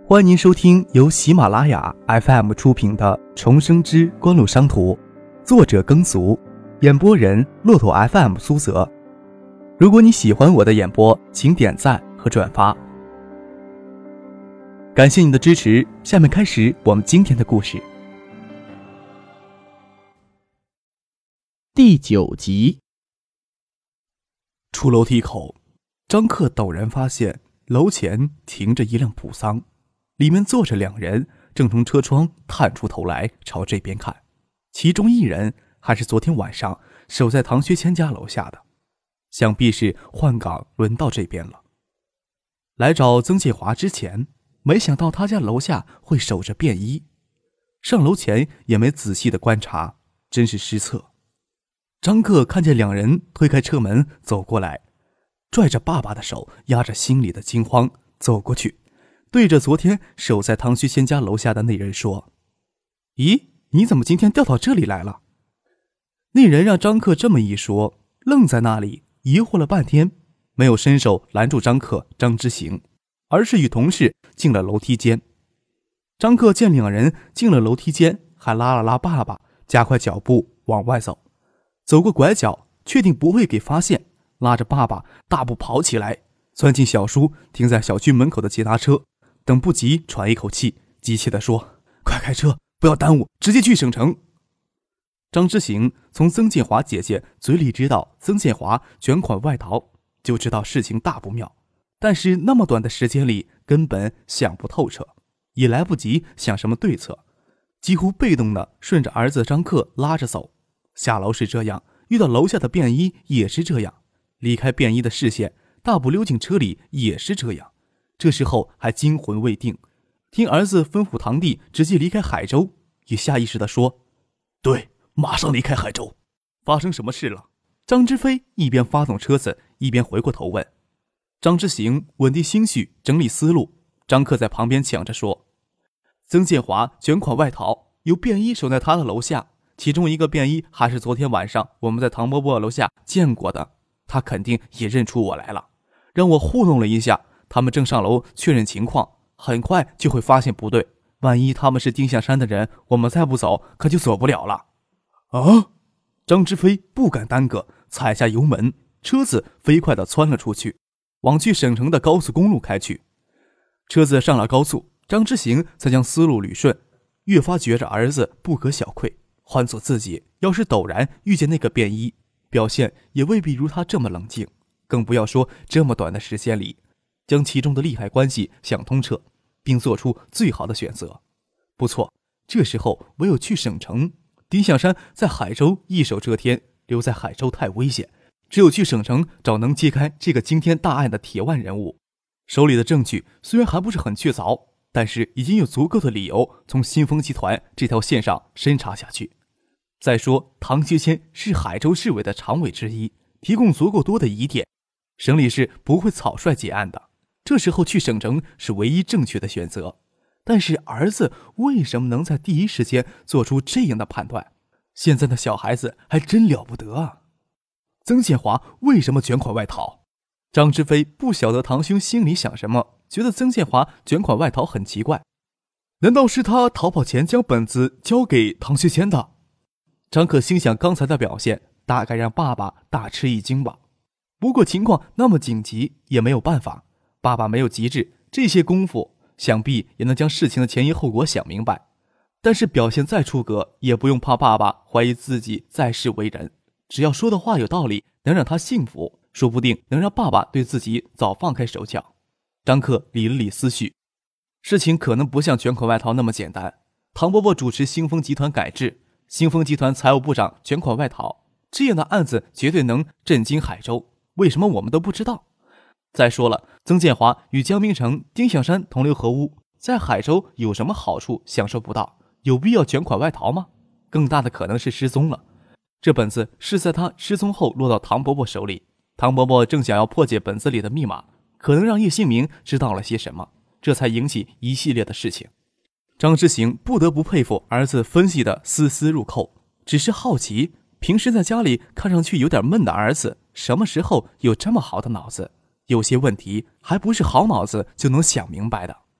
欢迎您收听由喜马拉雅 FM 出品的《重生之官路商途》，作者耕俗，演播人骆驼 FM 苏泽。如果你喜欢我的演播，请点赞和转发，感谢你的支持。下面开始我们今天的故事。 第9集。 出楼梯口，张克陡然发现楼前停着一辆普桑，里面坐着2人，正从车窗探出头来朝这边看。其中1人还是昨天晚上守在唐学谦家楼下的，想必是换岗轮到这边了。来找曾建华之前，没想到他家楼下会守着便衣，上楼前也没仔细的观察，真是失策。张克看见2人推开车门走过来，拽着爸爸的手，压着心里的惊慌走过去，对着昨天守在唐学谦家楼下的那人说：“咦，你怎么今天调到这里来了？”那人让张克这么一说，愣在那里疑惑了半天，没有伸手拦住张克张之行，而是与同事进了楼梯间。张克见2人进了楼梯间，还拉了拉爸爸，加快脚步往外走。走过拐角，确定不会给发现，拉着爸爸大步跑起来，钻进小叔停在小区门口的捷达车，等不及喘一口气，急切地说：“快开车，不要耽误，直接去省城。”张之行从曾建华姐姐嘴里知道曾建华卷款外逃，就知道事情大不妙，但是那么短的时间里根本想不透彻，也来不及想什么对策，几乎被动地顺着儿子张克拉着走。下楼是这样，遇到楼下的便衣也是这样，离开便衣的视线，大步溜进车里也是这样。这时候还惊魂未定，听儿子吩咐堂弟直接离开海州，也下意识地说：“对，马上离开海州。”发生什么事了？张之飞一边发动车子，一边回过头问。张之行稳定心绪，整理思路。张克在旁边抢着说：“曾建华卷款外逃，有便衣守在他的楼下，其中一个便衣还是昨天晚上我们在唐伯伯楼下见过的，他肯定也认出我来了，让我糊弄了一下，他们正上楼确认情况，很快就会发现不对，万一他们是丁向山的人，我们再不走可就走不了了。”啊！张之飞不敢耽搁，踩下油门，车子飞快地窜了出去，往去省城的高速公路开去。车子上了高速，张之行才将思路捋顺，越发觉着儿子不可小窥，换做自己要是陡然遇见那个便衣，表现也未必如他这么冷静，更不要说这么短的时间里将其中的利害关系想通彻，并做出最好的选择。不错，这时候唯有去省城，丁向山在海州一手遮天，留在海州太危险，只有去省城找能揭开这个惊天大案的铁腕人物。手里的证据虽然还不是很确凿，但是已经有足够的理由从新丰集团这条线上深查下去。再说唐学谦是海州市委的常委之一，提供足够多的疑点，省里是不会草率结案的，这时候去省城是唯一正确的选择。但是儿子为什么能在第一时间做出这样的判断？现在的小孩子还真了不得啊！曾建华为什么卷款外逃？张之飞不晓得堂兄心里想什么，觉得曾建华卷款外逃很奇怪。难道是他逃跑前将本子交给唐学谦的？张克心想刚才的表现大概让爸爸大吃一惊吧。不过情况那么紧急，也没有办法，爸爸没有急智，这些功夫想必也能将事情的前因后果想明白。但是表现再出格，也不用怕爸爸怀疑自己在世为人，只要说的话有道理，能让他信服，说不定能让爸爸对自己早放开手脚。张克理了理思绪，事情可能不像卷款外逃那么简单。唐伯伯主持新丰集团改制，新丰集团财务部长卷款外逃，这样的案子绝对能震惊海州，为什么我们都不知道？再说了，曾建华与江明成、丁向山同流合污，在海州有什么好处享受不到？有必要卷款外逃吗？更大的可能是失踪了。这本子是在他失踪后落到唐伯伯手里，唐伯伯正想要破解本子里的密码，可能让叶新明知道了些什么，这才引起一系列的事情。张之行不得不佩服儿子分析的丝丝入扣，只是好奇，平时在家里看上去有点闷的儿子，什么时候有这么好的脑子？有些问题还不是好脑子就能想明白的。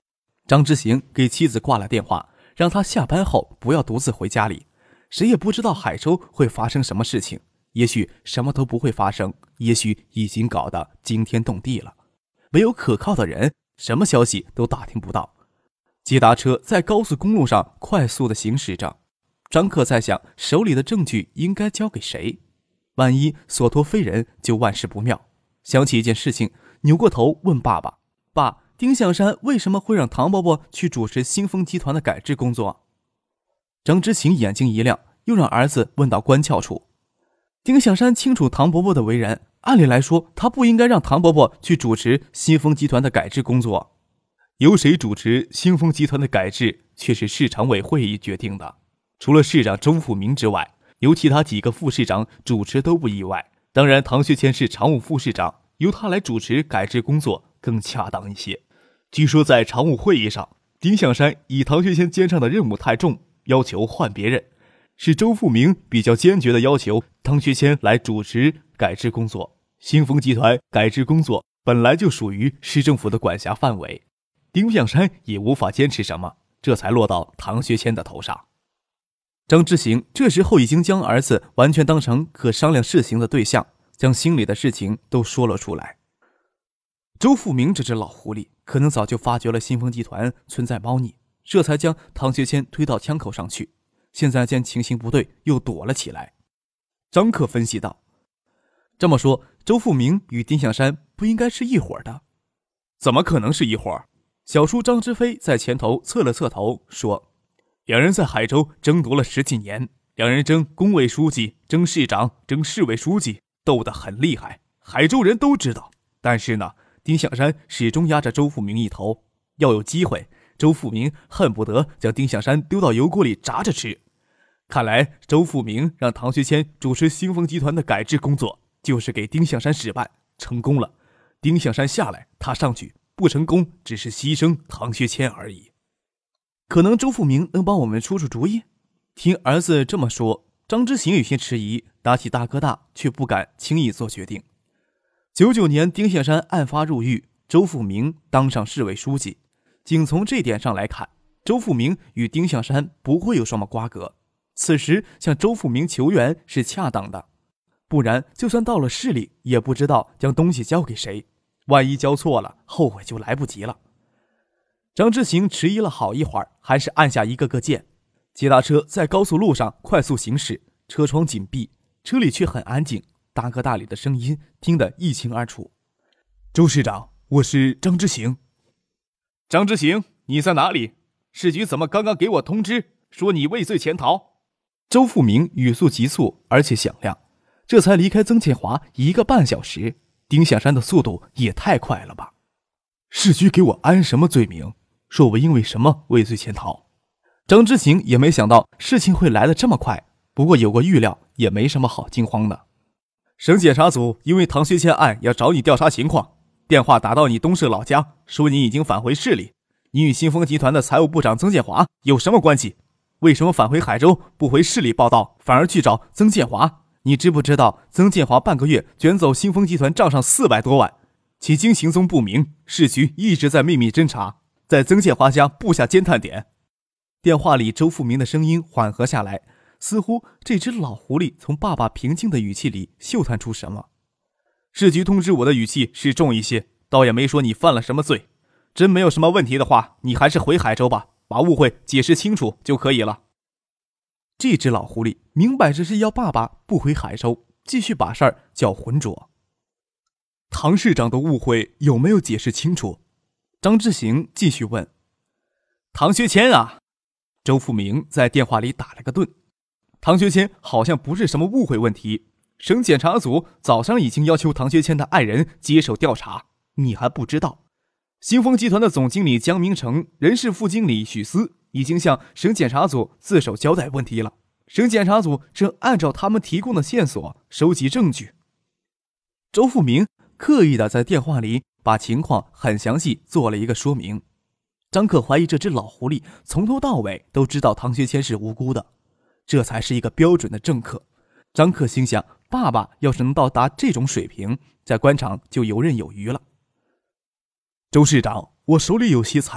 张之行给妻子挂了电话，让他下班后不要独自回家里。谁也不知道海州会发生什么事情，也许什么都不会发生，也许已经搞得惊天动地了。没有可靠的人，什么消息都打听不到。捷达车在高速公路上快速地行驶着，张克在想，手里的证据应该交给谁？万一所托非人，就万事不妙。想起一件事情，扭过头问爸爸：“爸，丁向山为什么会让唐伯伯去主持新丰集团的改制工作？”张之行眼睛一亮，又让儿子问到关窍处。丁向山清楚唐伯伯的为人，按理来说，他不应该让唐伯伯去主持新丰集团的改制工作。由谁主持新丰集团的改制，却是市常委会议决定的。除了市长周富明之外，由其他几个副市长主持都不意外。当然，唐学谦是常务副市长，由他来主持改制工作更恰当一些。据说在常务会议上，丁向山以唐学谦肩上的任务太重，要求换别人，是周富明比较坚决地要求唐学谦来主持改制工作。新丰集团改制工作本来就属于市政府的管辖范围，丁向山也无法坚持什么，这才落到唐学谦的头上。张之行这时候已经将儿子完全当成可商量事情的对象，将心里的事情都说了出来。周富明这只老狐狸可能早就发觉了新丰集团存在猫腻，这才将唐学谦推到枪口上去，现在见情形不对，又躲了起来。张克分析道：“这么说，周富明与丁向山不应该是一伙的？怎么可能是一伙？”小叔张之飞在前头侧了侧头说：“两人在海州争夺了10几年，两人争工委书记、争市长、争市委书记，斗得很厉害，海州人都知道。但是呢，丁向山始终压着周富明一头，要有机会，周富明恨不得将丁向山丢到油锅里炸着吃。看来周富明让唐学谦主持新丰集团的改制工作，就是给丁向山使绊。成功了，丁向山下来，他上去；不成功，只是牺牲唐学谦而已。可能周富明能帮我们出出主意？”听儿子这么说，张之行有些迟疑，打起大哥大，却不敢轻易做决定。99年丁向山案发入狱，周富明当上市委书记，仅从这点上来看，周富明与丁向山不会有什么瓜葛。此时向周富明求援是恰当的，不然就算到了市里，也不知道将东西交给谁，万一交错了，后悔就来不及了。张之行迟疑了好一会儿，还是按下一个个键。捷达车在高速路上快速行驶，车窗紧闭，车里却很安静，大哥大里的声音听得一清二楚。“周市长，我是张之行。”“张之行，你在哪里？市局怎么刚刚给我通知，说你畏罪潜逃？”周富明语速急促而且响亮，这才离开曾建华1个半小时，丁向山的速度也太快了吧？市局给我安什么罪名？说我因为什么畏罪潜逃？张之行也没想到事情会来得这么快，不过有过预料，也没什么好惊慌的。省检察组因为唐学谦案要找你调查情况，电话打到你东市老家，说你已经返回市里。你与新丰集团的财务部长曾建华有什么关系？为什么返回海州不回市里报道，反而去找曾建华？你知不知道曾建华半个月卷走新丰集团账上400多万，其经行踪不明，市局一直在秘密侦查，在曾建华家布下监探点。”电话里周富明的声音缓和下来，似乎这只老狐狸从爸爸平静的语气里嗅探出什么。“市局通知我的语气是重一些，倒也没说你犯了什么罪。真没有什么问题的话，你还是回海州吧，把误会解释清楚就可以了。”这只老狐狸明摆着是要爸爸不回海州，继续把事儿搅浑浊。唐市长的误会有没有解释清楚？张之行继续问。“唐学谦啊！”周富明在电话里打了个顿。唐学谦好像不是什么误会问题，省检察组早上已经要求唐学谦的爱人接手调查，你还不知道？新丰集团的总经理江明成、人事副经理许思已经向省检察组自首交代问题了，省检察组正按照他们提供的线索收集证据。周富明刻意地在电话里把情况很详细做了一个说明。张克怀疑这只老狐狸从头到尾都知道唐学谦是无辜的，这才是一个标准的政客。张克心想，爸爸要是能到达这种水平，在官场就游刃有余了。“周市长，我手里有些材料，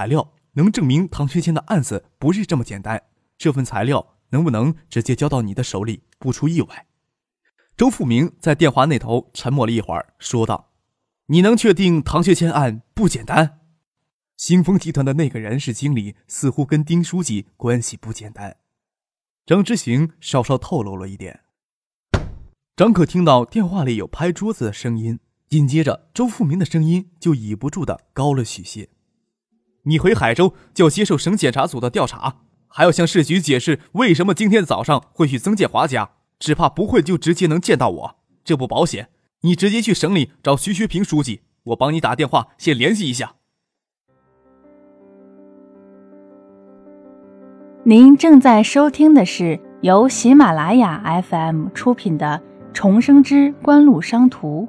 能证明唐学谦的案子不是这么简单，这份材料能不能直接交到你的手里，不出意外？周富明在电话那头沉默了一会儿，说道：你能确定唐学谦案不简单？兴丰集团的那个人事经理似乎跟丁书记关系不简单。张之行稍稍透露了一点。张可听到电话里有拍桌子的声音，紧接着周富明的声音就倚不住的高了许些。你回海州就要接受省检察组的调查，还要向市局解释为什么今天早上会去曾建华家，只怕不会就直接能见到我，这不保险。你直接去省里找徐学平书记，我帮你打电话先联系一下。 您正在收听的是由喜马拉雅 FM 出品的《重生之官路商途》。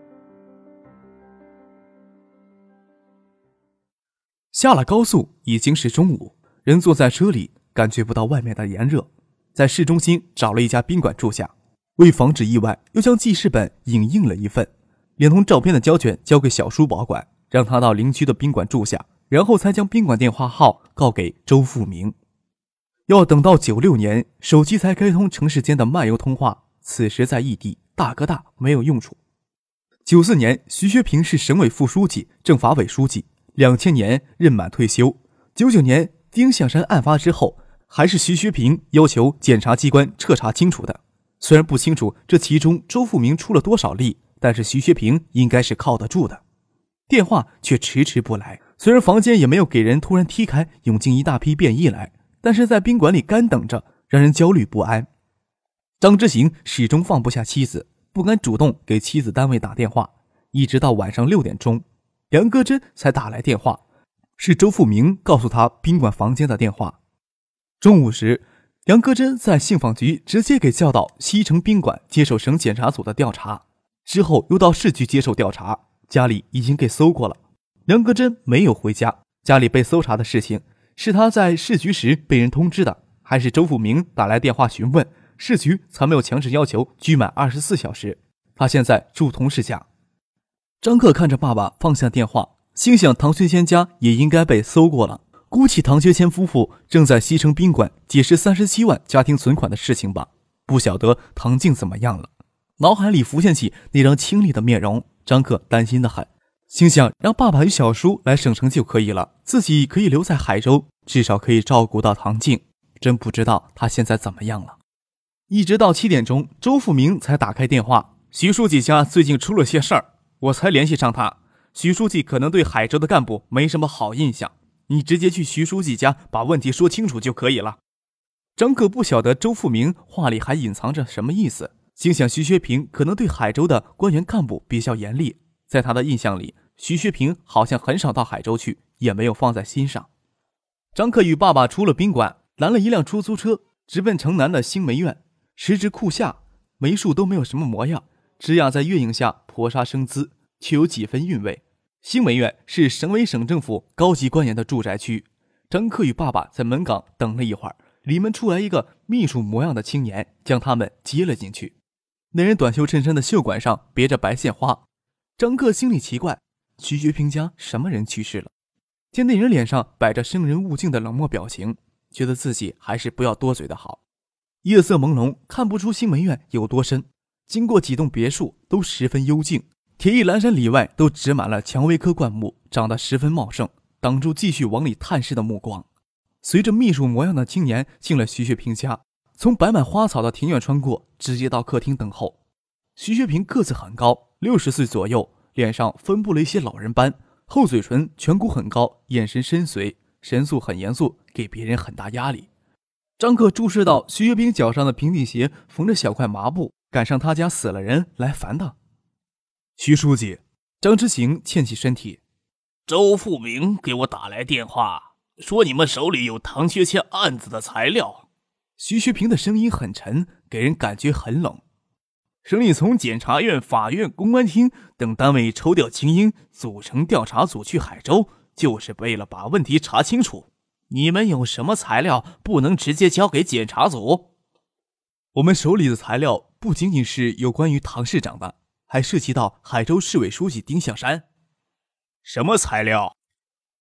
下了高速已经是中午，人坐在车里感觉不到外面的炎热，在市中心找了一家宾馆住下。为防止意外，又将记事本影印了一份，连同照片的胶卷交给小叔保管，让他到邻居的宾馆住下，然后才将宾馆电话号告给周富明。要等到96年手机才开通城市间的漫游通话，此时在异地大哥大没有用处。94年徐学平是省委副书记、政法委书记，2000年任满退休。99年丁向山案发之后，还是徐学平要求检察机关彻查清楚的。虽然不清楚这其中周富明出了多少力，但是徐学平应该是靠得住的。电话却迟迟不来，虽然房间也没有给人突然踢开涌进一大批便衣来，但是在宾馆里干等着，让人焦虑不安。张之行始终放不下妻子，不敢主动给妻子单位打电话，一直到晚上6点钟，梁戈珍才打来电话，是周富明告诉他宾馆房间的电话。中午时，梁戈珍在信访局直接给叫到西城宾馆接受省检察组的调查，之后又到市局接受调查，家里已经给搜过了。梁戈珍没有回家，家里被搜查的事情是他在市局时被人通知的，还是周富明打来电话询问，市局才没有强制要求居满24小时。他现在住同事家。张克看着爸爸放下电话，心想唐学谦家也应该被搜过了，估计唐学谦夫妇正在西城宾馆解释37万家庭存款的事情吧，不晓得唐静怎么样了。脑海里浮现起那张清丽的面容，张克担心得很，心想让爸爸与小叔来省城就可以了，自己可以留在海州，至少可以照顾到唐静。真不知道他现在怎么样了。一直到7点钟，周富明才打开电话，徐书记家最近出了些事儿，我才联系上他。徐书记可能对海州的干部没什么好印象，你直接去徐书记家把问题说清楚就可以了。张克不晓得周富明话里还隐藏着什么意思，心想徐学平可能对海州的官员干部比较严厉，在他的印象里，徐学平好像很少到海州去，也没有放在心上。张克与爸爸出了宾馆，拦了一辆出租车，直奔城南的新梅院。时值酷夏，梅树都没有什么模样，枝桠在月影下婆娑生姿，却有几分韵味。新梅院是省委省政府高级官员的住宅区。张克与爸爸在门岗等了一会儿，里面出来一个秘书模样的青年，将他们接了进去。那人短袖衬衫的袖管上别着白线花。张克心里奇怪，徐学平家什么人去世了？见那人脸上摆着生人勿近的冷漠表情，觉得自己还是不要多嘴的好。夜色朦胧，看不出新梅院有多深，经过几栋别墅都十分幽静，铁艺阑珊里外都植满了蔷薇科灌木，长得十分茂盛，挡住继续往里探视的目光。随着秘书模样的青年进了徐学平家，从摆满花草的庭院穿过，直接到客厅等候。徐学平个子很高，60岁左右，脸上分布了一些老人斑，厚嘴唇，颧骨很高，眼神深邃，神速很严肃，给别人很大压力。张克注视到徐学平脚上的平底鞋缝着小块麻布，赶上他家死了人来烦他。徐书记，张之行欠起身体。 周富明给我打来电话，说你们手里有唐学谦案子的材料。 徐学平的声音很沉，给人感觉很冷。省里从检察院、法院、公安厅等单位抽调精英，组成调查组去海州，就是为了把问题查清楚。你们有什么材料不能直接交给检察组？我们手里的材料不仅仅是有关于唐市长的，还涉及到海州市委书记丁向山。 什么材料？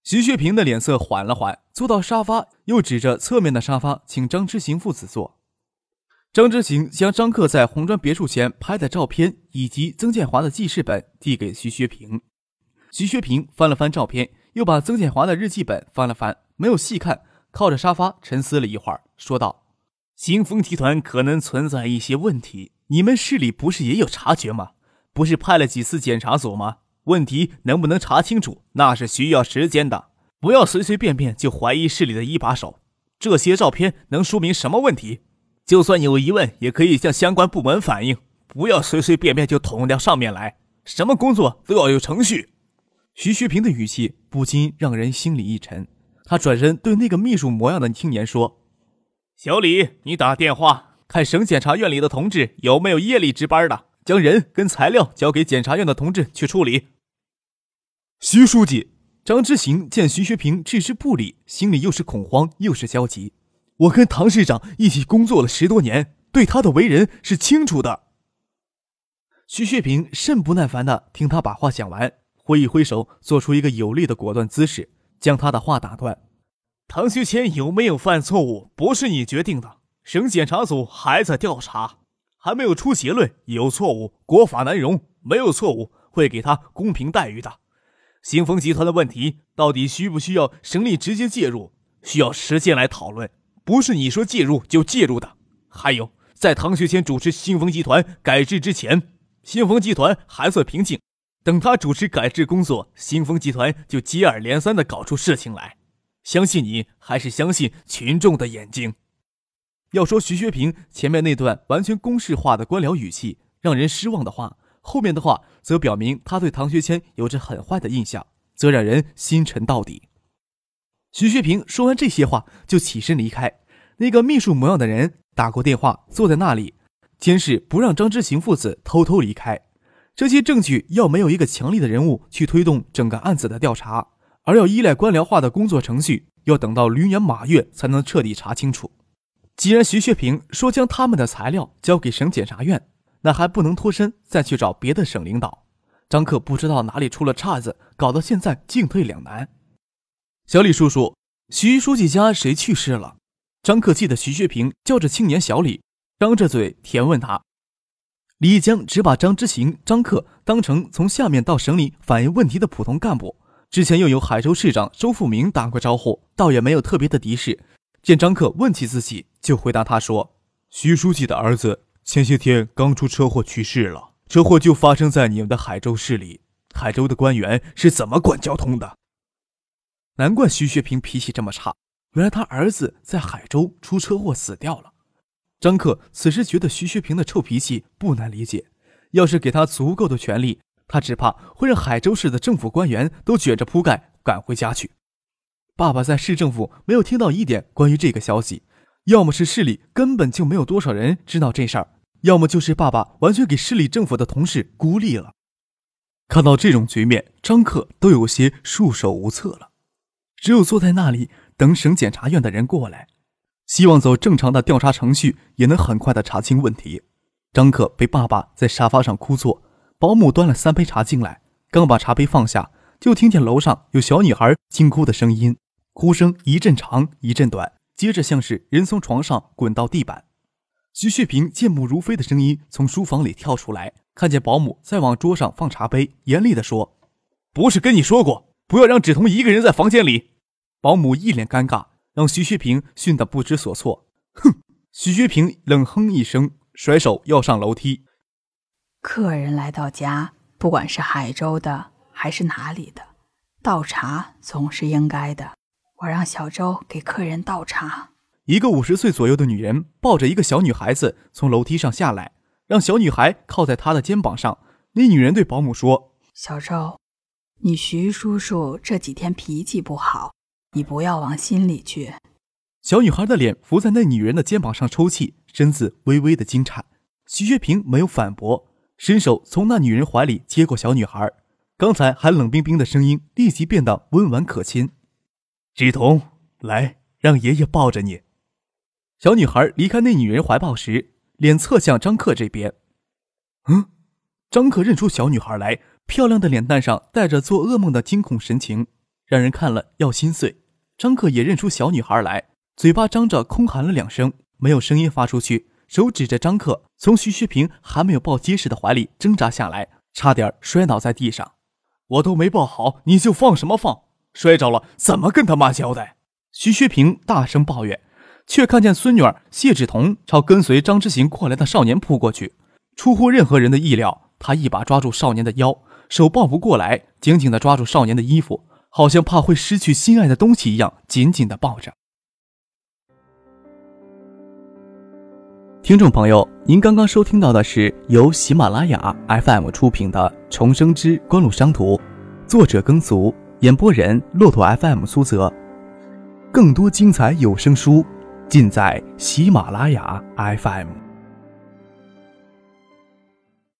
徐学平的脸色缓了缓，坐到沙发，又指着侧面的沙发请张之行父子坐。张之行将张克在红砖别墅前拍的照片以及曾建华的记事本递给徐学平。徐学平翻了翻照片，又把曾建华的日记本翻了翻，没有细看，靠着沙发沉思了一会儿，说道： 兴丰集团可能存在一些问题，你们市里不是也有察觉吗？不是派了几次检查组吗？问题能不能查清楚，那是需要时间的。不要随随便便就怀疑市里的一把手。这些照片能说明什么问题？就算有疑问，也可以向相关部门反映，不要随随便便就捅到上面来。什么工作都要有程序。 徐学平的语气不禁让人心里一沉。他转身对那个秘书模样的青年说： 小李，你打电话看省检察院里的同志有没有夜里值班的，将人跟材料交给检察院的同志去处理。 徐书记。张之行见徐学平置之不理，心里又是恐慌又是焦急。我跟唐市长一起工作了10多年，对他的为人是清楚的。徐学平甚不耐烦地听他把话讲完，挥一挥手，做出一个有力的果断姿势，将他的话打断。 唐学谦有没有犯错误，不是你决定的，省检察组还在调查，还没有出结论。有错误，国法难容；没有错误，会给他公平待遇的。兴丰集团的问题到底需不需要省里直接介入，需要时间来讨论，不是你说介入就介入的。还有，在唐学谦主持兴丰集团改制之前，兴丰集团还算平静，等他主持改制工作，兴丰集团就接二连三地搞出事情来。相信你，还是相信群众的眼睛？ 要说徐学平前面那段完全公式化的官僚语气让人失望的话，后面的话则表明他对唐学谦有着很坏的印象，则让人心沉到底。徐学平说完这些话就起身离开。那个秘书模样的人打过电话，坐在那里监视，不让张之行父子偷偷离开。这些证据要没有一个强力的人物去推动整个案子的调查，而要依赖官僚化的工作程序，要等到驴年马月才能彻底查清楚。既然徐学平说将他们的材料交给省检察院，那还不能脱身再去找别的省领导。张克不知道哪里出了岔子，搞得现在进退两难。小李叔叔，徐书记家谁去世了？张克记得徐学平叫着青年小李，张着嘴甜问他。李义江只把张之行、张克当成从下面到省里反映问题的普通干部，之前又有海州市长周富明打过招呼，倒也没有特别的敌视。见张克问起自己，就回答他说：徐书记的儿子前些天刚出车祸去世了，车祸就发生在你们的海州市里。海州的官员是怎么管交通的？难怪徐学平脾气这么差，原来他儿子在海州出车祸死掉了。张克此时觉得徐学平的臭脾气不难理解，要是给他足够的权力，他只怕会让海州市的政府官员都卷着铺盖赶回家去。爸爸在市政府没有听到一点关于这个消息，要么是市里根本就没有多少人知道这事儿，要么就是爸爸完全给市里政府的同事孤立了。看到这种局面，张克都有些束手无策了，只有坐在那里等省检察院的人过来，希望走正常的调查程序也能很快的查清问题。张克被爸爸在沙发上枯坐，保姆端了3杯茶进来，刚把茶杯放下，就听见楼上有小女孩惊哭的声音，哭声一阵长一阵短，接着像是人从床上滚到地板。徐学平健步如飞的声音从书房里跳出来，看见保姆在往桌上放茶杯，严厉地说：不是跟你说过不要让芷彤一个人在房间里？保姆一脸尴尬，让徐学平训得不知所措。哼！徐学平冷哼一声，甩手要上楼梯。 客人来到家，不管是海州的还是哪里的，倒茶总是应该的。我让小周给客人倒茶。 一个50岁左右的女人抱着一个小女孩子从楼梯上下来，让小女孩靠在她的肩膀上。那女人对保姆说： 小周，你徐叔叔这几天脾气不好，你不要往心里去。 小女孩的脸伏在那女人的肩膀上抽泣，身子微微的惊颤。徐学平没有反驳，伸手从那女人怀里接过小女孩，刚才还冷冰冰的声音立即变得温婉可亲。芷彤，来，让爷爷抱着你。小女孩离开那女人怀抱时，脸侧向张克这边。张克认出小女孩来，漂亮的脸蛋上带着做噩梦的惊恐神情， 让人看了要心碎。张克也认出小女孩来，嘴巴张着空喊了2声，没有声音发出去，手指着张克，从徐学平还没有抱结实的怀里挣扎下来，差点摔倒在地上。 我都没抱好，你就放什么放？摔着了怎么跟他妈交代？ 徐学平大声抱怨，却看见孙女儿谢芷彤朝跟随张之行过来的少年扑过去。出乎任何人的意料，他一把抓住少年的腰，手抱不过来，紧紧地抓住少年的衣服，好像怕会失去心爱的东西一样，紧紧地抱着。听众朋友，您刚刚收听到的是由喜马拉雅 FM 出品的《重生之官路商途》，作者耕俗，演播人骆驼 FM 苏泽。更多精彩有声书尽在喜马拉雅 FM。